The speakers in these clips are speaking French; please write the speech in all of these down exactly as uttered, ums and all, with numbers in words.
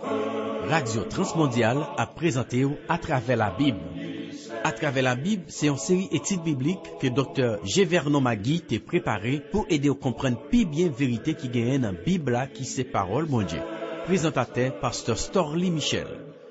Radio Transmondiale a présenté à travers la Bible. À travers la Bible, c'est une série études bibliques que docteur Gévernon Magui t'a préparé pour aider à comprendre plus bien la vérité qui gagne dans la Bible qui c'est parole mon Dieu. Présentateur Pasteur Storly Michel.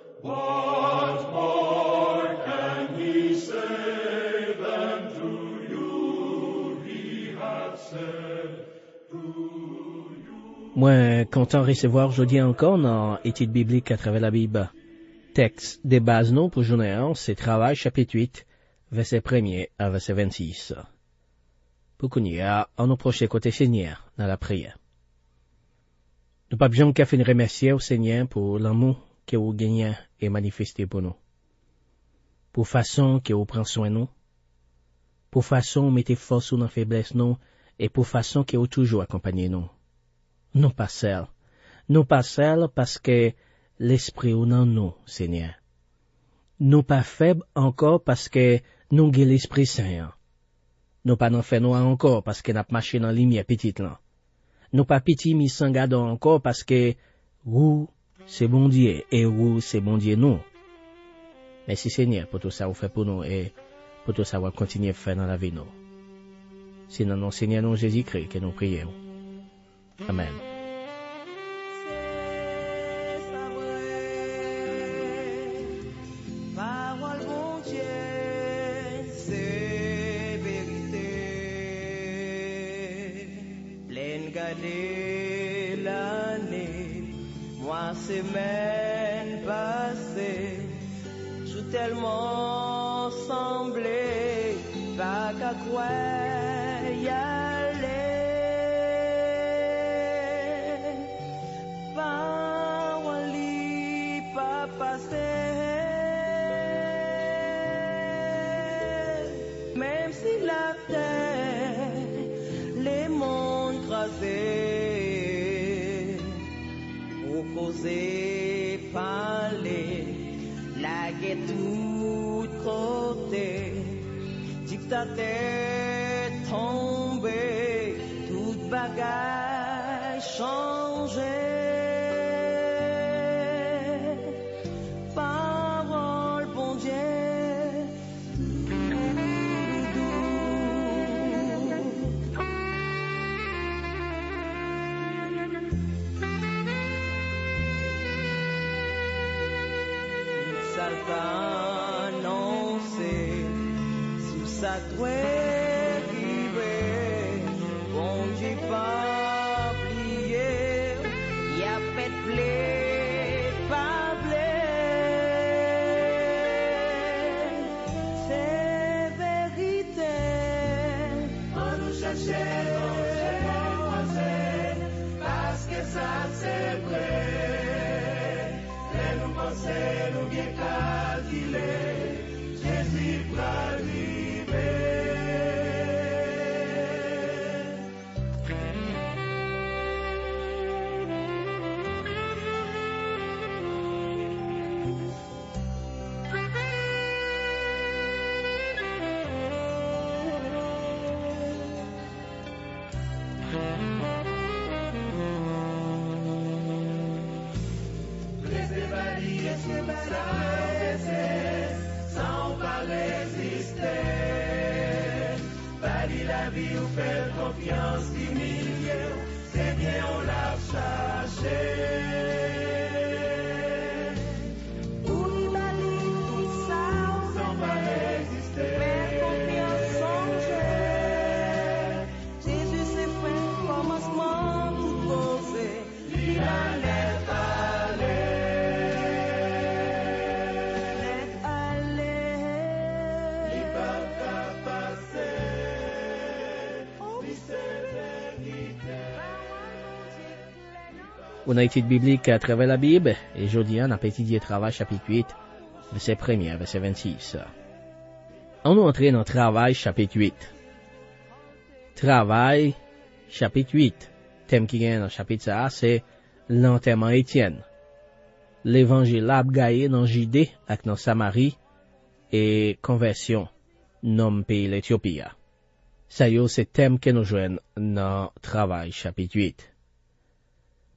Moi, content de recevoir aujourd'hui encore dans l'étude biblique à travers la Bible. Texte des bases non pour journée un, c'est Travail chapitre huit, verset premier à verset vingt-six. Pour qu'on y a, on nous proche côté Seigneur dans la prière. Nous pas besoin qu'à faire remercier au Seigneur pour l'amour que vous gagnez et manifesté pour nous. Pour façon que vous prenez soin de nous. Pour façon mettez force ou dans faiblesse nous, et pour façon que vous toujours accompagnez nous. Non pas seul. Non pas seul parce que l'esprit ou dans nous, Seigneur. Non pas faible encore parce que nous avons l'Esprit Saint. Non pas non fait noir encore parce que nous avons marché dans la lumière petite là. Non pas petit mis sans gardon encore parce que vous, c'est bon Dieu et vous, c'est bon Dieu nous. Merci Seigneur pour tout ça vous fait pour nous et pour tout ça vous continuer à faire dans la vie nous. C'est dans notre Seigneur nous Jésus-Christ que nous prions. Amen. Parole bon Dieu, c'est vérité. Pleine gardée l'année, mois, semaine passée, tout tellement semblé, pas qu'à quoi y aller. Même si la terre, les mondes crasés, pour causer, parler, la guerre tout côté, dictateur tombé, toute bagage changé. Parole bon Dieu. Annoncé sous sa toile vivre, bon Dieu pas plié, y a fait blé, pas blé. C'est vérité, on nous cherchait, on nous cherchait, parce que ça c'est vrai. Nous pensons, nous bien calculer, Jésus va arriver. Sans pas résister, bali la vie ou faire confiance qui milieu, c'est bien on l'a cherché. Pour nous bali tout ça, sans pas résister, faire confiance songer. Jésus c'est fait commencement tout posé, il a l'air parler. On a étude biblique à travers la Bible, et aujourd'hui on a étudié Travail chapitre huit, verset premier, verset vingt-six. On nous entre dans Travail chapitre huit. Travail chapitre huit. Thème qui vient dans le chapitre ça, c'est l'enterrement Étienne. L'évangile abgaye dans Judée avec dans Samarie et conversion nom pays l'Éthiopie. Ça y est, c'est thème que nous joignons dans Travail chapitre huit.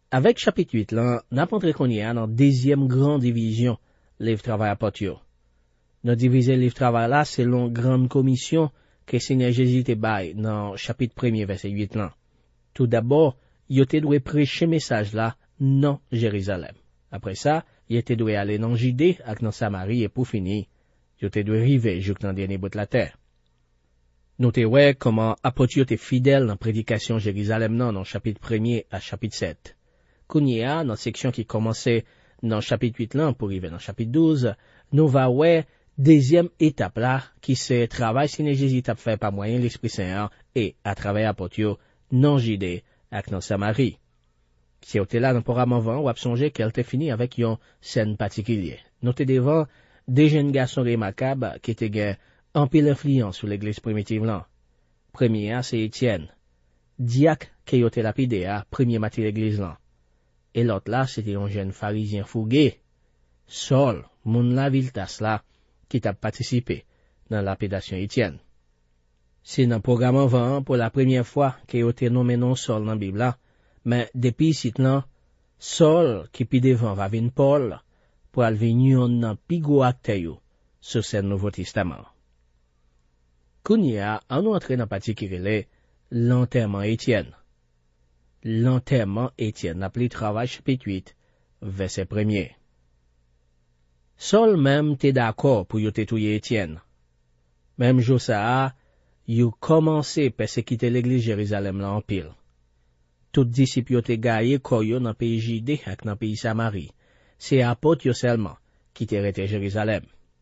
Avec chapitre huit, là, n'a pas qu'on y a dans deuxième grande division, livre travail apôtre yo. Nous diviser livre travail là selon grande commission que Seigneur Jésus te bail dans chapitre premier verset huit là. Tout d'abord, il te doit prêcher message là non Jérusalem. Après ça, il te doit aller dans Judée avec dans Samarie et pour finir, il te doit arriver jusqu'à dans dernier bout de la terre. Nous te ouais comment apôtre yo te fidèle dans prédication Jérusalem non dans chapitre premier à chapitre sept. Kounia dans section qui commençait dans chapitre huit là pour arriver dans chapitre douze, nous va ouais deuxième étape là, qui c'est travail Seigneur Jésus t'a fait par moyen l'Esprit Saint et à travers apôtre yo non Judée avec dans Samarie. Si vous êtes là dans le programme avant, ou songé qu'elle t'est fini avec une scène particulière. Notez devant des jeunes garçons remarquables qui étaient gain en pile influence sur l'église primitive là. Premier, c'est Étienne. Diacre qui a été lapidé à premier matin l'église là. Et l'autre là, c'était un jeune pharisien fougué. Saul, moun la viltas là, qui t'a participé dans la lapidation Étienne. C'est dans le programme avant, pour la première fois, qu'il a été nommé non Saul dans la Bible là, mais depuis cette là, Saul, qui pi devant va venir Paul, pour aller venir en pigo acteur sur ce Nouveau Testament. Kounia, on entre dans la partie qui relève l'enterrement Étienne. L'enterrement Étienne, appelé travail chapitre huit, verset premier. Saul même t'est d'accord pour y tétouiller Étienne. Même Josa, you commencé persécuter l'église Jérusalem là en pile. Tout disciples yo te gaye koyo dans pays Judée ak dans pays Samarie. C'est apôtre yo seulement qui te rete Jérusalem.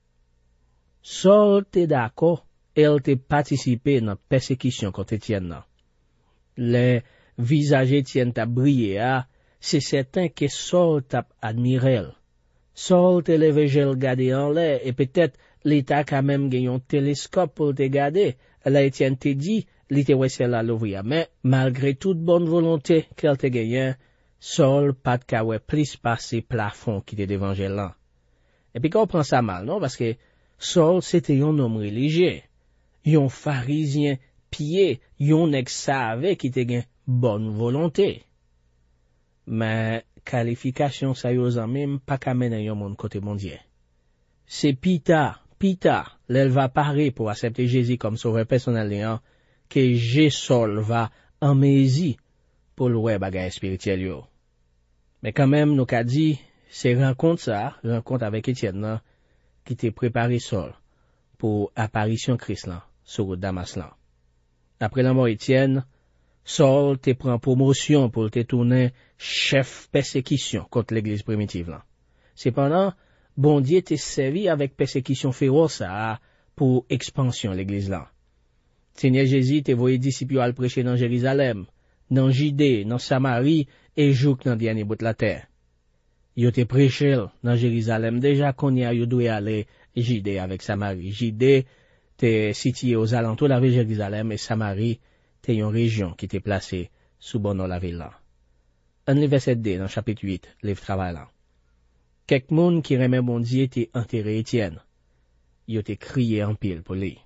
Saul t'est d'accord, elle te participé dans persécution contre Étienne là. Le visage Étienne t'a brillé a, c'est certain que Saul t'a admiré. Saul te levé gel gade en l'air et peut-être l'état quand même gagné un télescope pour te garder. La Étienne te dit, li te wè celle à l'ouvrir, mais malgré toute bonne volonté qu'elle te gagne, Saul pas de ka wè plus passer plafond qui te d'évangile là. Et puis qu'on prend ça mal, non? Parce que Saul c'était un homme religieux, un pharisien pied, un nèg savait qui te gagne bonne volonté. Mais qualification ça yo même pas ka mener yon monde côté bon Dieu. C'est pita, pita, l'elle va parler pour accepter Jésus comme sauveur personnel que J. Saul va en mésie pour le web bagay spirituel yo. Mais quand même, nous qu'a dit, c'est rencontre ça, rencontre avec Étienne là, qui t'est préparé Saul pour apparition Christ là, sur Damas là. Après la mort Étienne, Saul te prend promotion pour te tourner chef persécution contre l'église primitive là. Cependant, bon Dieu t'est servi avec persécution féroce ça, pour expansion l'église là. Seigneur Jésus te voyé disciples à le prêcher dans Jérusalem, dans Judée, dans Samarie, et jouk dans dernier bout de la terre. Yo te prêché dans Jérusalem, déjà qu'on y a yo doué aller Judée avec Samarie. Judée te situé aux alentours de la ville de Jérusalem, et Samarie te une région qui t'est placée sous bon nom la ville là. Un le verset deux dans chapitre huit, livre travail là. Quelques moun qui remet bon Dieu t'est enterré Étienne. Yo te crié en pile pour lui.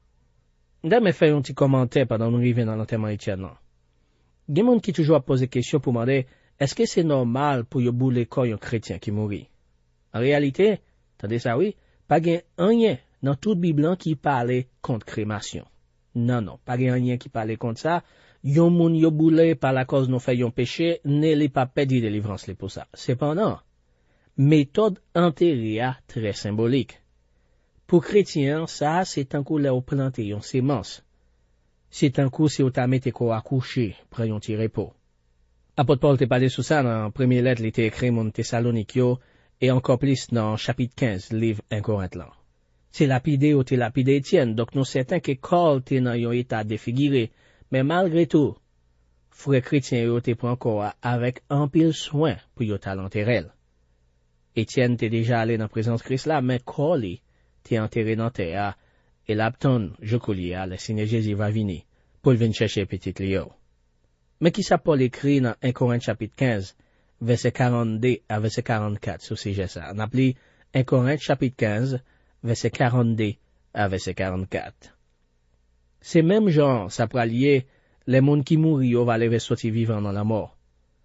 Dame fait un petit commentaire pendant nous arrivons dans l'enterrement Étienne là. Gen moun qui toujours a posé question pour demander est-ce que c'est normal pour yo bouler corps un chrétien qui mourit? En réalité, attendez ça oui, pas gen rien dans toute Bible qui parle contre crémation. Non non, pas gen rien qui parle contre ça. Yon moun yo boule par la cause nous fait yon péché, ne li pas perdre délivrance pour ça. Cependant, méthode enterrée très symbolique. Pour chrétien, ça c'est un coup là où planter yon sémence. C'est un coup si ou ta mette ko accoucher, près yon ti repos. Apôtre Paul te parlé sur ça dans la première lettre, il était écrit mon Thessalonique et encore plus dans chapitre quinze, livre un Corinthe là. C'est lapidé ou te lapidé Étienne, donc nous certain que Paul te dans yon état défiguré, mais malgré tout, frère chrétien yo te prend encore avec un pile soin pour yo talenterel. Étienne te déjà allé dans présence Christ là, mais Paul t'es enterré dans terre, et l'abton, je collier, le Seigneur Jésus va venir, pour venir chercher petit Léo. Mais qui ça Paul écrit dans un Corinthe chapitre quinze, verset quarante-deux à verset quarante-quatre, sur ce sujet ça. On appelle un Corinthe chapitre quinze, verset quarante-deux à verset quarante-quatre. C'est même genre, ça peut lier, les mondes qui mourent, va lever sortir vivant dans la mort.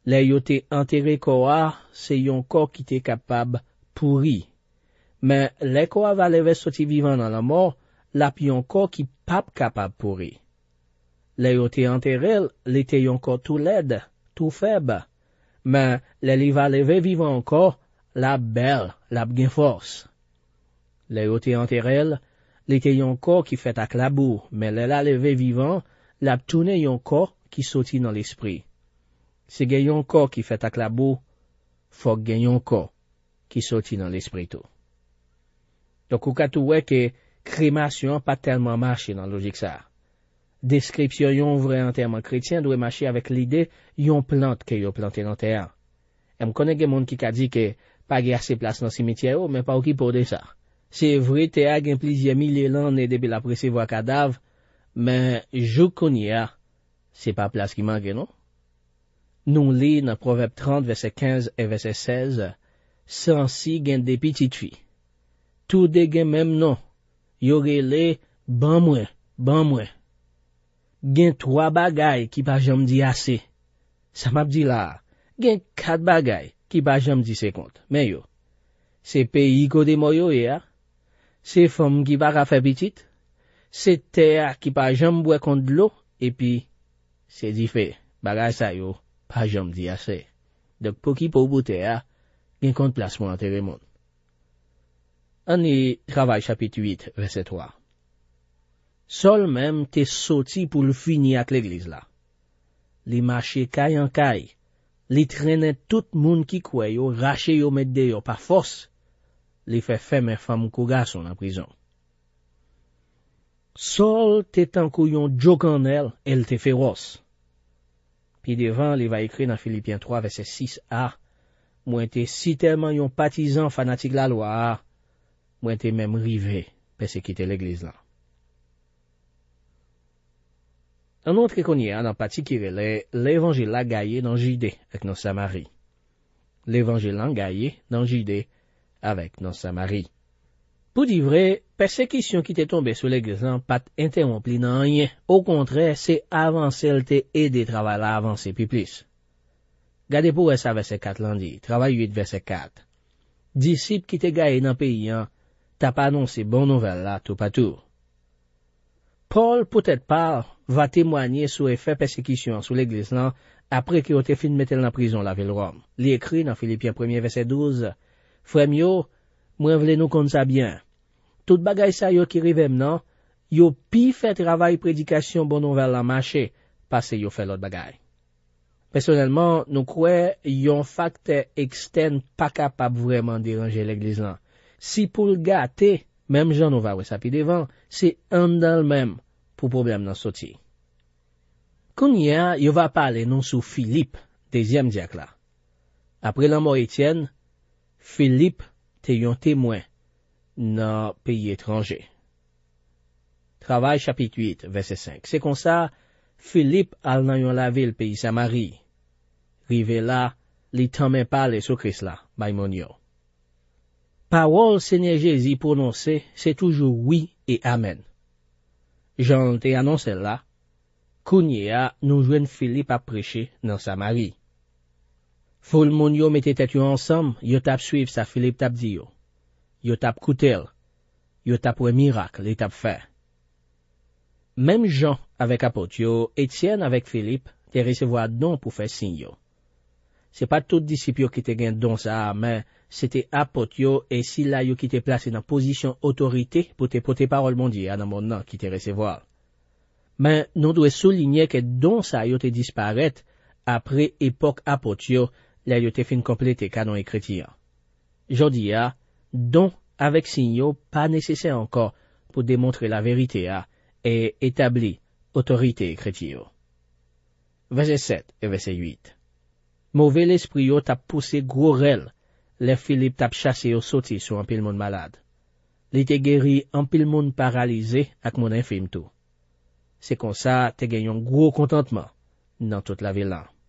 Les yo te enterré koa, c'est yon corps qui te capable pourri. Mais les koa va lever sorti vivant dans la mort, la pi yon corps qui pas capable pourri. Les yo te enterré, li te yon corps tout laide, tout faible. Mais les li va lever vivant encore, la belle, la bien force. Les yo te enterré, li te yon corps qui fait ak la boue, mais les la lever vivant, la tourne yon corps qui sorti dans l'esprit. Si gen yon corps qui fait ak la boue, faut gen yon corps qui sorti dans l'esprit tout. Donc, ou ka tou wè que crémation pas tellement marché dans logique ça. Description yon vrai enterrement chrétien doit marcher avec l'idée yon plante que yon planté dans terre. Et m connaît gen moun qui ka dit que pas gen assez place dans cimetière mais pas qui pour de ça. C'est vrai te a gen plusieurs milliers l'année depuis la recevoir cadavre, mais jou konye a, c'est pas place qui manque non? Nous lit dans Proverbe trente, verset quinze et verset seize, sans si gen des petites filles. Tout de gen même non, yo rele ban mwen, ban mwen. Gen trois bagay qui pa jam di assez. Ça m'a dit là, gen quatre bagay qui pa jam di cinquante. Mais yo, c'est pays côté moyo ya. C'est femme qui pa ka fait petite. C'est terre qui pa jam boire contre de l'eau et puis c'est diffé. Bagay ça yo, pa jam di assez. Donc pour qui pour boute ya, gen compte place pour enterrer monde. On y travaille chapitre huit, verset trois. Sol même t'es sorti pour le finir avec l'église là. Li marché caille en caille. Li traîne tout moun qui croit yo, rache yo mette de yo par force. Li fait fermer femme kou garçon en prison. Sol t'es tant yon joke en elle, elle te féroce. Puis devant, li va écrire dans Philippiens trois, verset six a, moi t'es si tellement yon partisan fanatique la loi, moi t'es même rivé, persécuter l'église là. Un autre qu'on y a dans partie qui relève l'évangile la gaillé dans Judée avec nos Samarie. L'évangile la gaillé dans Judée avec nos Samarie. Pour dire vrai, persécution qui t'est tombée sur l'église là pas interrompue dans rien. Au contraire, c'est avancer le te aider travail à avancer plus plus. Gardez pour ça verset quatre lundi, travail huit verset quatre. Disciples qui t'est gaillé dans pays hein, t'as pas annoncé bonne nouvelle là tout partout. Paul, peut-être pas, va témoigner sur effet persécution sur l'église là, après qu'il a été fin de mettre en prison la ville Rome. Il écrit dans Philippiens un verset douze, frère mio, moi vle nous connaître ça bien. Tout bagay sa yo qui rive maintenant, yo pi fait travail prédication bon nouvelle la marché, parce que yo fait l'autre bagay. Personnellement, nous croyons yon facteur externe pas capable vraiment déranger l'église là. Si pour le gâter, même Jean nous va ouais ça puis devant, c'est un dans le même pour problème dans sorti. Kounya, yo va parler non sous Philippe, deuxième diacre là. Après la mort Étienne, Philippe te yon témoin dans pays étranger. Travail chapitre huit, verset cinq. C'est comme ça, Philippe al nan yon la ville pays Samarie. Rive là, li tamen parler sur Christ là, bay mon yo. Parole Seigneur Jésus prononcée, c'est toujours oui et amen. Jean te annoncé là, Kounia nous joignent Philippe à prêcher dans Samarie. Foule moun yo mette tête yo ensemble, yo tap suivre sa Philippe tap di yo. Yo tap koutel, yo tap wè miracle, li tap fait. Même Jean avec apôtre yo, Étienne avec Philippe, te recevoir don pour faire signe yo. C'est pas tout disciples qui te gen don ça, mais c'était apôtre yo et si là yo qui te placé dans position autorité pour te porter parole mondiale dans mon nom qui te recevoir. Mais nous devons souligner que don ça yo te disparaître après époque apôtre yo, là yo te fin compléter canon et chrétien. Jodi a, don avec signe pas nécessaire encore pour démontrer la vérité a et établir autorité chrétienne. Verset sept et verset huit. Mauvais l'esprit yo t'a poussé gros rel, les Philippe t'a chassé au sorti sur un pile monde malade. Li te guéri un pile monde paralysé ak mon infime tout. C'est comme ça te gagné un gros contentement dans toute la ville là.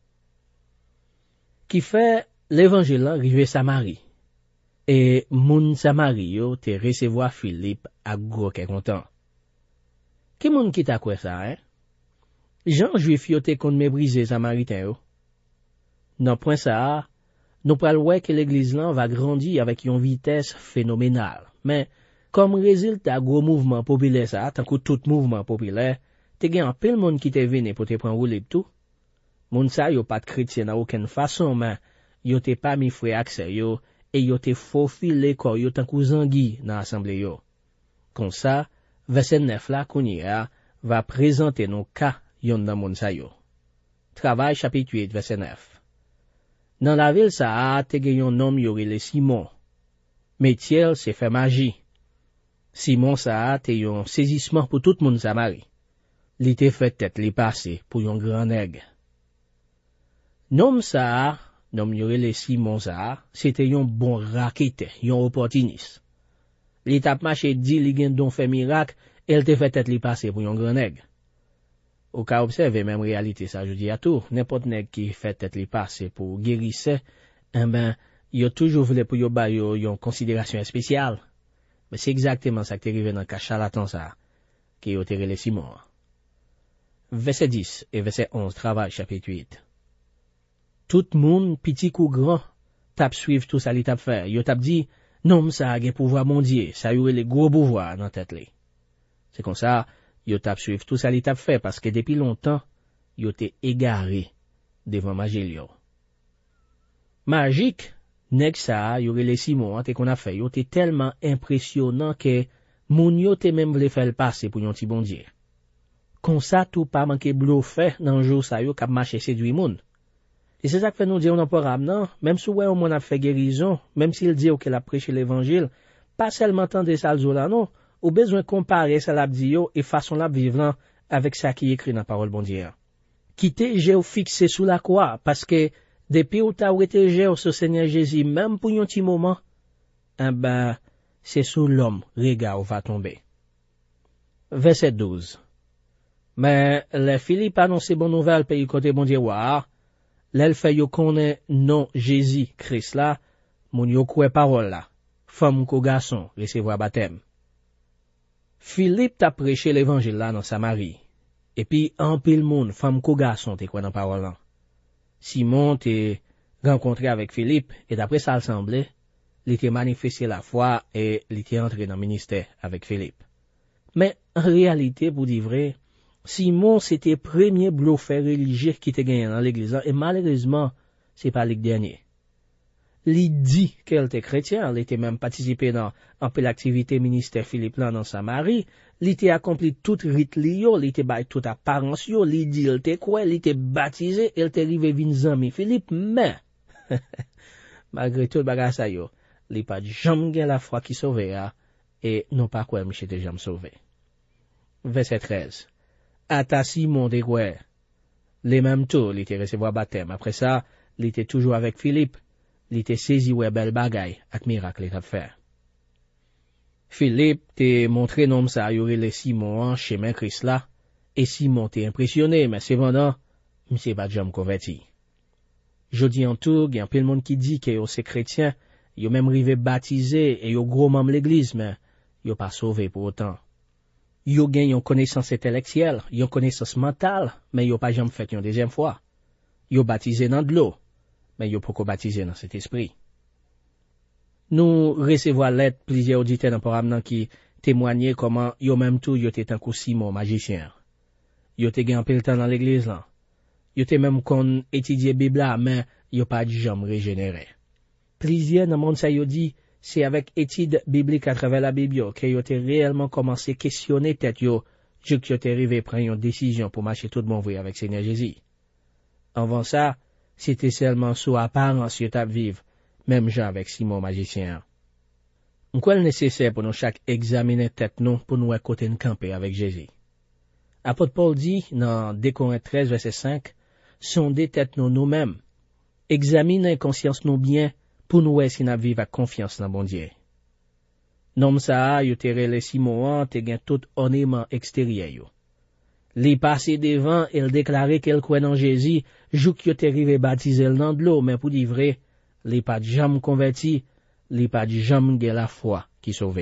Qui fait l'évangile là rive Samarie. Et moun Samarie yo te recevoir Philippe ak gros ke content. Qui moun qui t'a quoi ça hein? Jean juif yo te kon mébriser Samaritain yo. Dans point ça, nous pral wè que l'église là va grandir avec une vitesse phénoménale. Mais, comme résultat gros mouvement populaire ça, tant que tout mouvement populaire, te gen pile monde qui te venu pour te prendre rouler tout. Moun sa yo pas de chrétien dans aucune façon, mais yo te pas mi frère accès yo, et yo te faufilé ko yo tant que zangui dans assemblée yo. Comme ça, verset neuf là kounya va présenter nos cas yon dans moun sa yo. Travail chapitre huit verset neuf. Dans la ville ça te gen yon nom yo rele Simon. Métier c'est faire magie. Simon ça te yon saisissement pour tout moun Samari. Li te fait tête li passé pour yon grand nègre. Nom ça, nom yo rele Simon ça, c'était yon bon raquette, yon opportuniste. Li tap marché di li gen don fait miracle, elle te fait tête li passé pour yon grand nègre. Ou ka observer même réalité ça, je dis à tout, n'importe nègre qui fait tête li passé pour guérisseur, eh ben, yo toujours voulu pour yo ba yo yon considération spéciale. Mais c'est exactement ça qui est arrivé dans le charlatan ça, qui yo te rele Simon. Verset dix et verset onze, travail chapitre huit. Tout moun, petit ou grand, tap suivre tout ça li tap fait. Yo tap dit, non, ça a gen pouvoir mondier, ça y les gros pouvoir dans tête li. C'est comme ça, yo tap suivre tout ça li tap fait parce que depuis longtemps, yo te égaré devant magie yo. Magique, nèg ça, yo rele Simon, te qu'on a fait, yo te tellement impressionnant que moun yo te même vle faire passer pour yon ti bon Dieu. Comme ça, tout pas manqué bluffé dans jour ça yo k'ap marcher séduit moun. Et c'est ça que fait nous dire dans le programme, non? Même si ouais, on a fait guérison, même s'il dit qu'il a prêché l'évangile, pas seulement tant des salles là, non, ou besoin de comparer ça l'a dit et façon la vivre avec ça qui est écrit dans la parole bon Dieu. Quitter Jésus fixé sous la croix, parce que depuis où t'as été Jésus sur Seigneur Jésus, même pour un petit moment, eh ben, c'est sous l'homme, regard va tomber. Verset douze. Mais, les Philippe annoncé bonne nouvelle pays côté bon Dieu, l'el fait yo connaît non Jésus Christ là, moun yo koué parole là, femme ko garçon recevoir baptême. Philippe t'a prêché l'évangile là dans Samarie, et puis en pile moun femme ko garçon te quoi dans parole là. Simon t'est rencontré avec Philippe, et d'après ça le semblait, il était manifesté la foi et il était entré dans le ministère avec Philippe. Mais en réalité, pour dire vrai, Simon, c'était le premier bluffeur religieux qui était gagné dans l'église, et malheureusement, c'est pas le dernier. Il dit qu'elle était chrétien, il était même participé dans un peu l'activité ministère Philippe là dans Samarie, il était accompli tout rite lio, il était bail toute apparence yo, il dit il était quoi, il était baptisé, il était arrivé vin zami Philippe, mais, malgré tout le bagage ça yo, il pas jamais gagné la foi qui sauvé, et non pas quoi, monsieur était jamais sauvé. Verset treize. Ata Simon de Gouer. Les mêmes tours, il était recevoir baptême. Après ça, il était toujours avec Philippe. Il était saisi ouais bel bagay, ak miracle il a fait. Philippe t'est montré nom ça, y aurait les Simon en chemin Christ là, et Simon t'est impressionné, mais c'est vendant, m'sait pas jamais converti. Jodi en tout, y a un peu de monde qui dit que yo c'est chrétien, yo même rivé baptisé, et yo gros membre l'église, mais yo pas sauvé pour autant. Yo gen yon connaissance intellectuelle, yon connaissance mentale, mais yo pas jamais fait une deuxième fois. Yo baptisé dans de l'eau, mais yo poko baptisé dans cet esprit. Nous recevons lettre plusieurs auditeurs dans le programme qui témoignaient comment yo même tout yo t'es un coup Simon magicien. Yo te gen peu temps dans l'église là. Yo te même kon étudier Bible là, mais yo pas jamais régénéré. Plusieurs dans monde ça yo dit c'est avec étude biblique à travers la Bible que yo t'es réellement commencé questionner tête yo, jusqu'à que yo t'es arrivé prendre une décision pour marcher tout bon vrai avec Seigneur Jésus. Avant ça, c'était seulement sous apparence yo t'a vivre, même gens avec Simon magicien. On quoi nécessaire pour nous chaque examiner tête nous pour nous côté de camper avec Jésus. Apôtre Paul dit dans deux Corinthiens treize verset cinq, sondez tête nous nous-mêmes, examinez conscience nous bien pour nous si nous vivons avec confiance dans bon Dieu. Nom ça, yo te rele Simon te gen tout ornement extérieur yo. Li passé devant, il déclarait qu'elle croit dans Jésus, jou ki yo te rive baptisé dans de l'eau, mais pour dire vrai, li pas jamais converti, li pas jamais gen la foi qui sauve.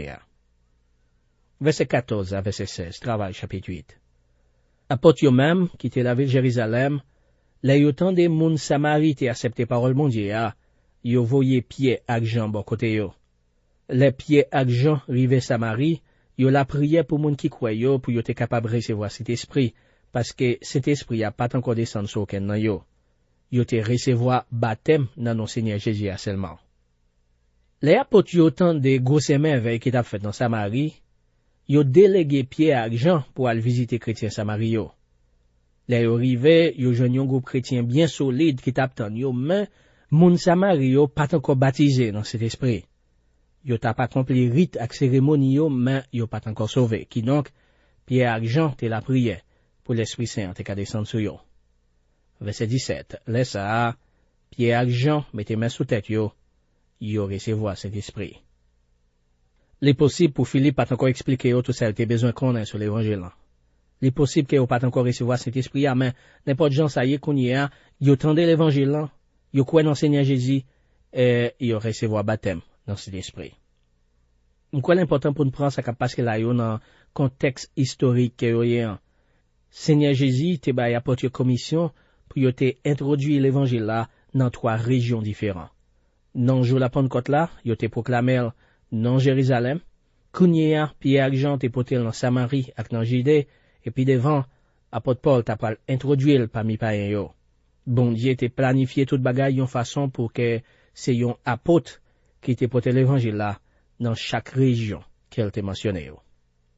Verset quatorze à verset seize, travail chapitre huit. Apôtre yo même, qui était la ville Jérusalem, Le yo tande moun Samari te accepté parole bon Dieu a, yo voye pied ak Jean bon côté yo. Le pied ak Jean rive Samari, yo la prière pour moun qui croit yo pour yo te capable recevoir cet esprit parce que cet esprit a pas encore descendu sur aucun nan yo. Yo te recevoir baptême dans non Seigneur Jésus a seulement. Les apôtres yo tande de grosses merveilles qui t'a fait dans Samari, yo délégué Pierre ak Jean pour aller visiter chrétien Samari yo. Les yo rive, yo joigne un groupe chrétien bien solide qui t'attend yo, mais moun Samari yo pas encore baptisé dans cet esprit. Yo t'a pas accompli rite ak cérémonie yo, mais yo pas encore sauvé. Qui donc, Pierre ak Jean te la prière pour l'Esprit Saint te ka descendre sur yo. Verset dix-sept. Laisse ça, Pierre ak Jean mette main sous tête yo, yo recevoir cet esprit. Les possible pour Philippe pas encore expliquer yo tout ça te besoin qu'on ait sur l'évangile. Les possible que yo pas encore recevoir cet esprit, mais n'importe gens ça y est qu'on y a, yo tende l'évangile, yo croit dans Seigneur Jésus, et yo recevoir baptême dans cet esprit. M'kwa l'important pour nous prendre ça parce que là yo dans contexte historique que yo y Seigneur Jésus te ba apporter commission pour yo te introduire l'évangile là dans trois régions différentes. Dans jour la Pentecôte là, yo te proclamé dans Jérusalem, Kounia, Pierre ak Jean te potel dans Samarie ak dans Judée, et puis devant, apôtre Paul t'a pas introduire parmi païens yo. Bon Dieu te planifié toute bagaille yon façon pour que c'est yon apôtre qui te potel l'évangile là dans chaque région qu'elle te mentionné yo.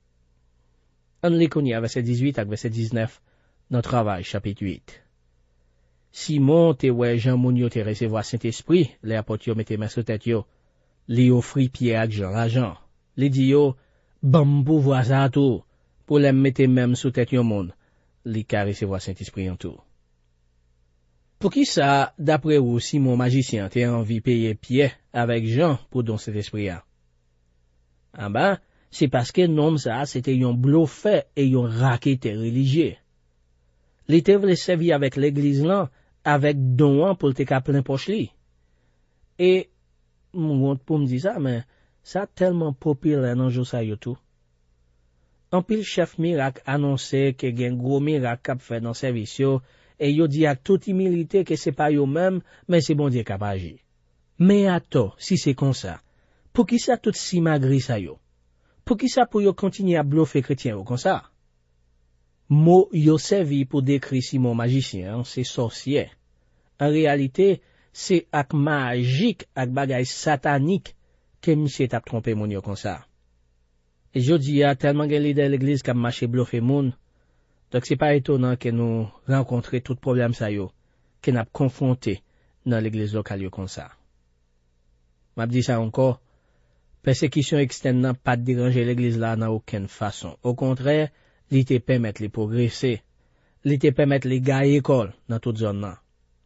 On lit Kounia verset dix-huit ak verset dix-neuf dans Travail chapitre huit. Simon te wè Jean moun yo te recevoir Saint-Esprit, les apôtres yo mette main sur tête yo, li offri Pierre ak Jean l'argent. Li di yo, bam pouvoir ça tout, pour les mettre même sous tête yon moun, li ka recevoir Saint-Esprit en tout. Pour qui ça, d'après ou Simon magicien te envie payer Pierre avec Jean pour don cet esprit a? Ah ben, c'est parce que nom ça, c'était yon bluffé et yon raquette religieux. Li te vle servi avec l'église là, avec don pour te ka plein poche li. Et, m'gonte pour me dire ça, mais, ça tellement populaire dans jour ça yo tout. En pile chef miracle annoncé que gen gros miracle k'ap fait dans service yo, et yo dit avec toute humilité que c'est pas yo même, mais c'est bon Dieu k'ap agi. Mais attends, si c'est comme ça, pour qui ça tout si magri ça yo? Pour qui ça pour yo continuer à bluffer chrétien ou comme ça? Mot yo servi pour décrire Simon magicien, c'est sorcier. En réalité, c'est ak magique, ak bagay satanique, que monsieur t'a trompé moun yo comme ça. Et je dis, y a tellement de leader de l'église qui a marché bluffé moun. Donc c'est pas étonnant que nous rencontrions tout problème ça yo, que nous confronté dans l'église locale yo comme ça. M'a dit ça encore, persécution externe n'a pas déranger l'église là dans aucune façon. Au contraire, li te permettre les progresser, li te permettre les gars école dans toute zone là.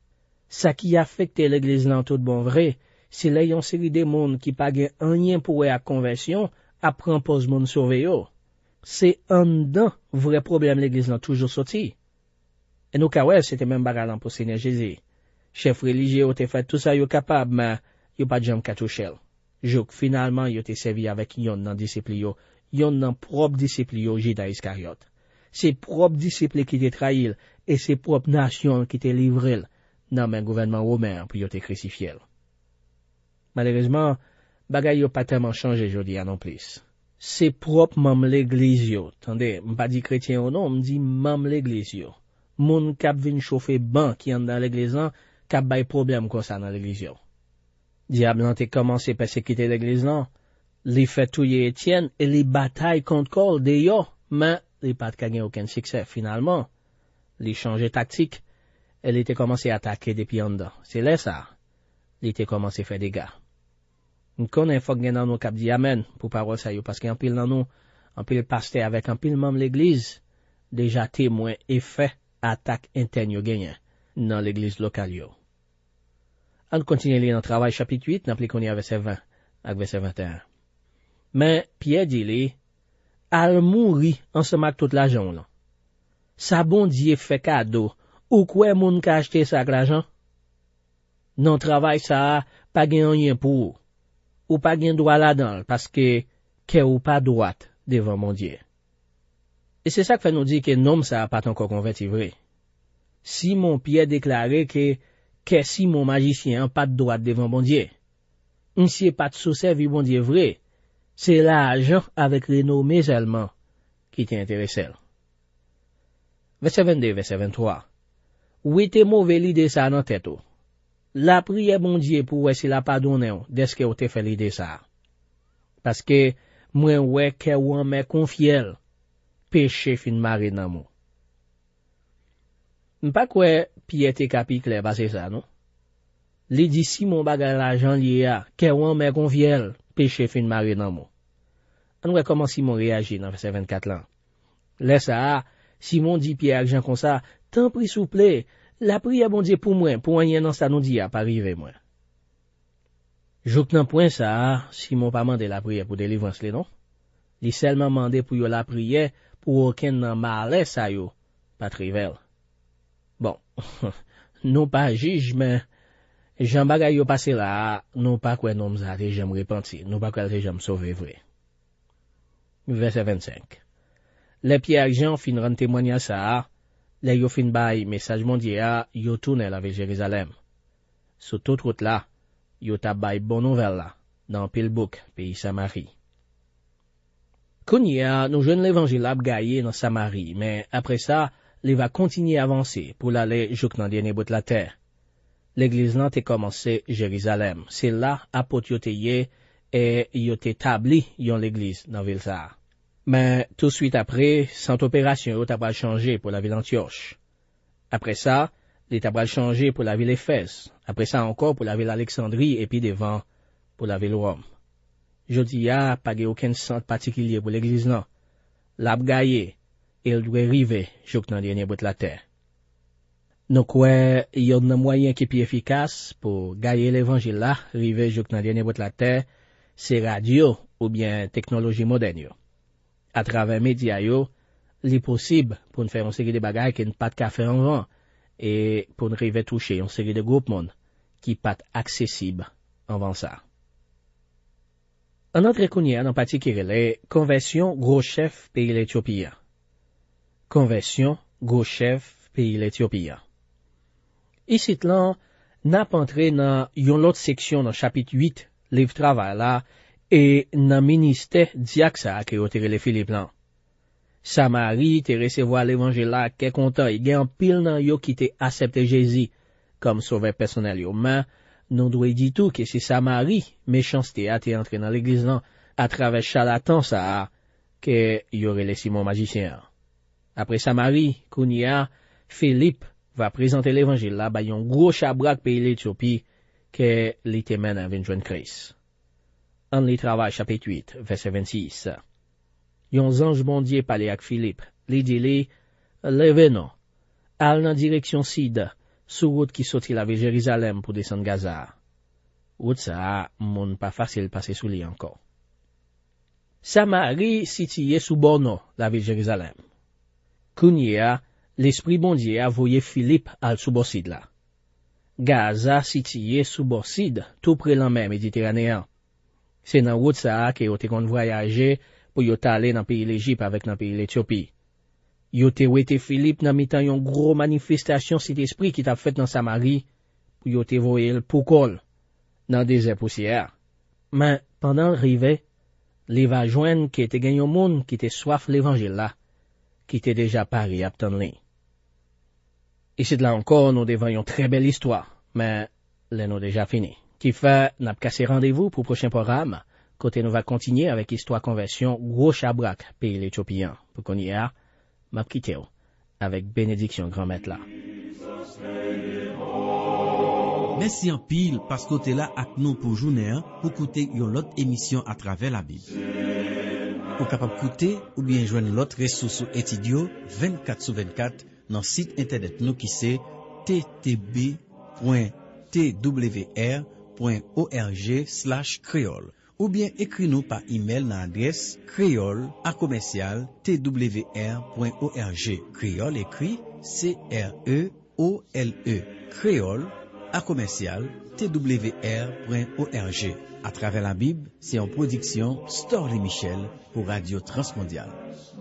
Ça qui affecte l'église là en tout bon vrai, c'est là yon série de monde qui pa gen rien pour à conversion, apprend pose monde sauver yo. C'est un dedans vrai problème l'église là toujours sorti. Et nous ka ouais, c'était même bagarre pour Seigneur Jésus. Chef religieux ont fait tout ça yo capable mais yo pas jam katouchel. Jouk finalement yo te servi avec yon nan disciple yo, yon nan propre disciple yo Judas Iscariote. C'est propre disciple qui te trahil et c'est propre nation qui te livré dans men gouvernement romain pour yo te crucifier. Malheureusement, bagay yo pas tellement changé jodi non plus. C'est propre même l'église yo. Attendez, m'pas dit chrétien ou non, m'dit même l'église yo. Moun k'ap vin chauffer ban qui en dans l'église là, k'ap bay problème comme ça dans l'église yo. Diable n'a te commencé persécuter l'église là, li fait touyer Étienne et li bataille contre col de yo, mais li pas gagné aucun succès finalement. Li changé tactique, et li était commencé à attaquer depuis en dedans. C'est là ça. Li était commencé à faire des dégâts. Nous connaissons faut gen dans nous cap di amen pour parole ça yo parce qu'en pile dans nous, en pile pasteur avec en pile membre l'église déjà témoin et fait attaque interne yo gagné dans l'église locale yo. On continue lire dans Travail chapitre huit, dans qu'on y a verset vingt avec verset vingt et un. Mais Pierre dit li al mouri ensemble avec toute l'argent là. Ça bon Dieu fait cadeau ou quoi moun ka acheter ça avec l'argent? Non travail ça pas gen rien pour ou pas gen droit là-dedans parce que que ou pas droite devant mon Dieu. Et c'est ça que fait nous dire que nom ça pas encore converti vrai. Simon Pierre déclarait que, que Simon magicien pas de droit devant bon Dieu. M'sieur pas de sous-servi bon Dieu vrai. C'est l'argent avec renommée seulement qui t'intéressait. Verset vingt-deux, verset vingt-trois. Oui, t'es mauvais l'idée ça dans tête. La prière bon Dieu pour ouais si la pardonner dès que ou te fait l'idée ça. Parce que moi ouais que ou en me confiel péché fin maré dans moi. M'pas quoi Pierre te capi clair c'est ça non. Li dit Simon bagay l'argent lié a que ou en me confiel péché fin maré dans moi. On voit comment Simon réagit dans verset vingt-quatre là. Laisse ça Simon dit Pierre Jean comme ça, tant pris souple, la prière bon Dieu pour moi, pour rien dans ça nous dit à pas arriver moi. Jouk nan point ça, Simon pas mandé la prière pour délivrance les non. Il seulement mandé pour yo la prière pour aucun nan malais ça yo, pas trivel. Bon, non pas juge mais Jean bagay yo passé là, non pas quoi nom ça te j'aime repentir, non pas quoi te j'aime sauver vrai. Verset vingt-cinq. Les Pierre Jean fin rendre témoignage ça, les yo fin bay message mondial yo tourne la vers Jérusalem. Sur toute route là, yo t'a bay bon nouvelle là, dans pile bouc, pays Samarie. Kounia, nous jeunes l'évangile a gaillé dans Samarie, mais après ça, il va continuer à avancer pour l'aller jusqu'à dans dernier bout de la terre. L'église là t'est commencé Jérusalem. C'est là apôtre yo teye et yo t'établi yon l'église dans ville ça. Mais tout de suite après, cette opération yo t'a pas changé pour la ville Antioche. Après ça, il t'a pas changé pour la ville Éphèse. Après ça encore pour la ville Alexandrie et puis devant pour la ville Rome. Jodi a pas de aucun centre particulier pour l'église là. L'a gaillé, il doit arriver jusqu'à dans dernier bout de la terre. Donc ouais, il y a un moyen qui est plus efficace pour gailler l'évangile là, arriver jusqu'à dans dernier bout de la terre, c'est radio ou bien technologie moderne. À travers médias yo, li possible pour nous faire une série de bagages qui ne pas de café en vent et pour nous arriver toucher une série de groupes monde qui pas accessible avant ça. Un autre connaît en particulier conversion gros chef pays l'Éthiopie. Conversion gros chef pays l'Éthiopie. Ici là, n'a pas entré dans une autre section dans chapitre huit, livre travail là et dans ministère diaksa que otere les Philippe là. Samarie te recevoir l'évangile là qu'est content, il y a un pile nan yo qui te accepté Jésus comme sauveur personnel yo, mais nous doit dire tout que c'est Samarie méchanceté a été entré dans l'église là à travers charlatan ça que y aurait les Simon magicien. Après Samarie, Kounia, Philippe va présenter l'évangile là ba yon gros chabrak pays l'Éthiopie que li te mène à joindre Christ. En li travail chapitre huit, verset vingt-six. Yon ange bon Dieu parle avec Philippe, li dit li, leve non, al dans direction sud, sur route qui sorti la vers Jérusalem pour descendre Gaza. Route ça, moun pas facile passer sous li encore. Samarie située sous Borno, la ville Jérusalem. Kounia, l'esprit bon Dieu a voyé Philippe al sous Borsid là. Gaza située sous Borsid, tout près la mer Méditerranéen. C'est dans route ça que yo te kon voyager pour yo t'aller dans pays l'Égypte avec dans pays l'Éthiopie. Yo te wete Philippe dans mitan yon gros manifestation cet esprit qui t'a fait dans Samarie pour yo te voyer pour col dans désert poussière. Mais pendant l'arrivée, li va joindre que te gen yon monde qui te soif l'évangile là, qui te déjà pari attendre li. Ici de là encore nous devons une très belle histoire, mais là nous déjà fini. Qui fait, n'a pas cassé rendez-vous pour le prochain programme. Côté nous va continuer avec histoire conversion gros chabrak pays l'Éthiopien. Pour qu'on y a, m'a quitté avec bénédiction grand maître là. Merci en pile parce que t'es là avec nous pour journée pour écouter une autre émission à travers la Bible. Pour capable écouter ou bien joindre l'autre ressource étudio vingt-quatre sur vingt-quatre dans le site internet nous qui c'est t t b point t w r point org slash créole ou bien écris-nous par email dans l'adresse créole à commercial t w r point org. Créole écrit C R E O L E. Créole à commercial t w r point org. À travers la Bible, c'est en production Storly Michel pour Radio Transmondiale.